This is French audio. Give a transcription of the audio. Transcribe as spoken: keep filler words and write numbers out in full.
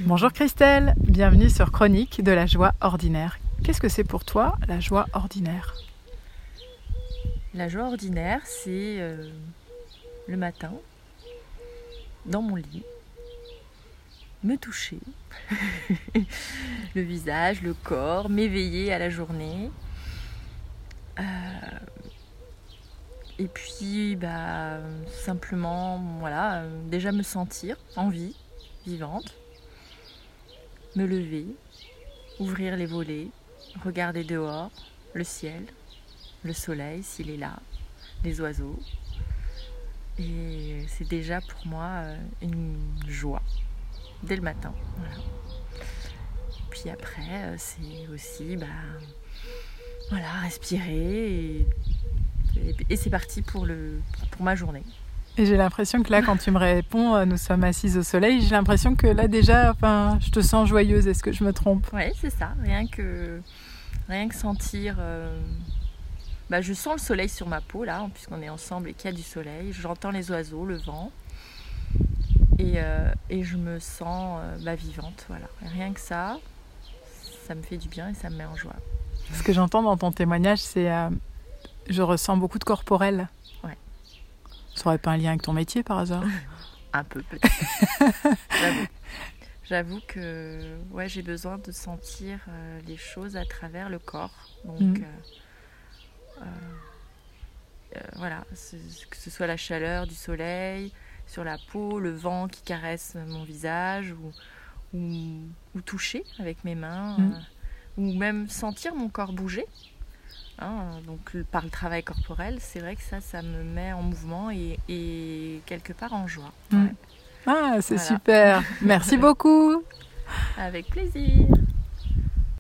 Bonjour Christelle, bienvenue sur Chronique de la joie ordinaire. Qu'est-ce que c'est pour toi la joie ordinaire ? La joie ordinaire, c'est euh, le matin, dans mon lit, me toucher, le visage, le corps, m'éveiller à la journée. Euh, et puis, bah, simplement, voilà, euh, déjà me sentir en vie, vivante, me lever, ouvrir les volets, regarder dehors, le ciel, le soleil s'il est là, les oiseaux. Et c'est déjà pour moi une joie dès le matin. Voilà. Puis après, c'est aussi bah, voilà, respirer et, et, et c'est parti pour, le, pour ma journée. Et j'ai l'impression que là, quand tu me réponds, nous sommes assises au soleil, j'ai l'impression que là déjà, enfin, je te sens joyeuse. Est-ce que je me trompe ? Oui, c'est ça. Rien que, rien que sentir... Euh, bah, je sens le soleil sur ma peau, là, puisqu'on est ensemble et qu'il y a du soleil. J'entends les oiseaux, le vent. Et, euh, et je me sens euh, bah, vivante, voilà. Et rien que ça, ça me fait du bien et ça me met en joie. Ce que j'entends dans ton témoignage, c'est... Euh, je ressens beaucoup de corporel. Ouais. Ça aurait pas un lien avec ton métier, par hasard ? Un peu, peut-être. J'avoue. J'avoue que ouais, j'ai besoin de sentir euh, les choses à travers le corps. Donc, mmh. euh, euh, voilà, que ce soit la chaleur du soleil sur la peau, le vent qui caresse mon visage, ou, ou, ou toucher avec mes mains, mmh. euh, ou même sentir mon corps bouger. Hein, donc par le travail corporel, c'est vrai que ça, ça me met en mouvement et, et quelque part en joie. Mmh. Ouais. Ah, c'est voilà. Super. Merci beaucoup. Avec plaisir.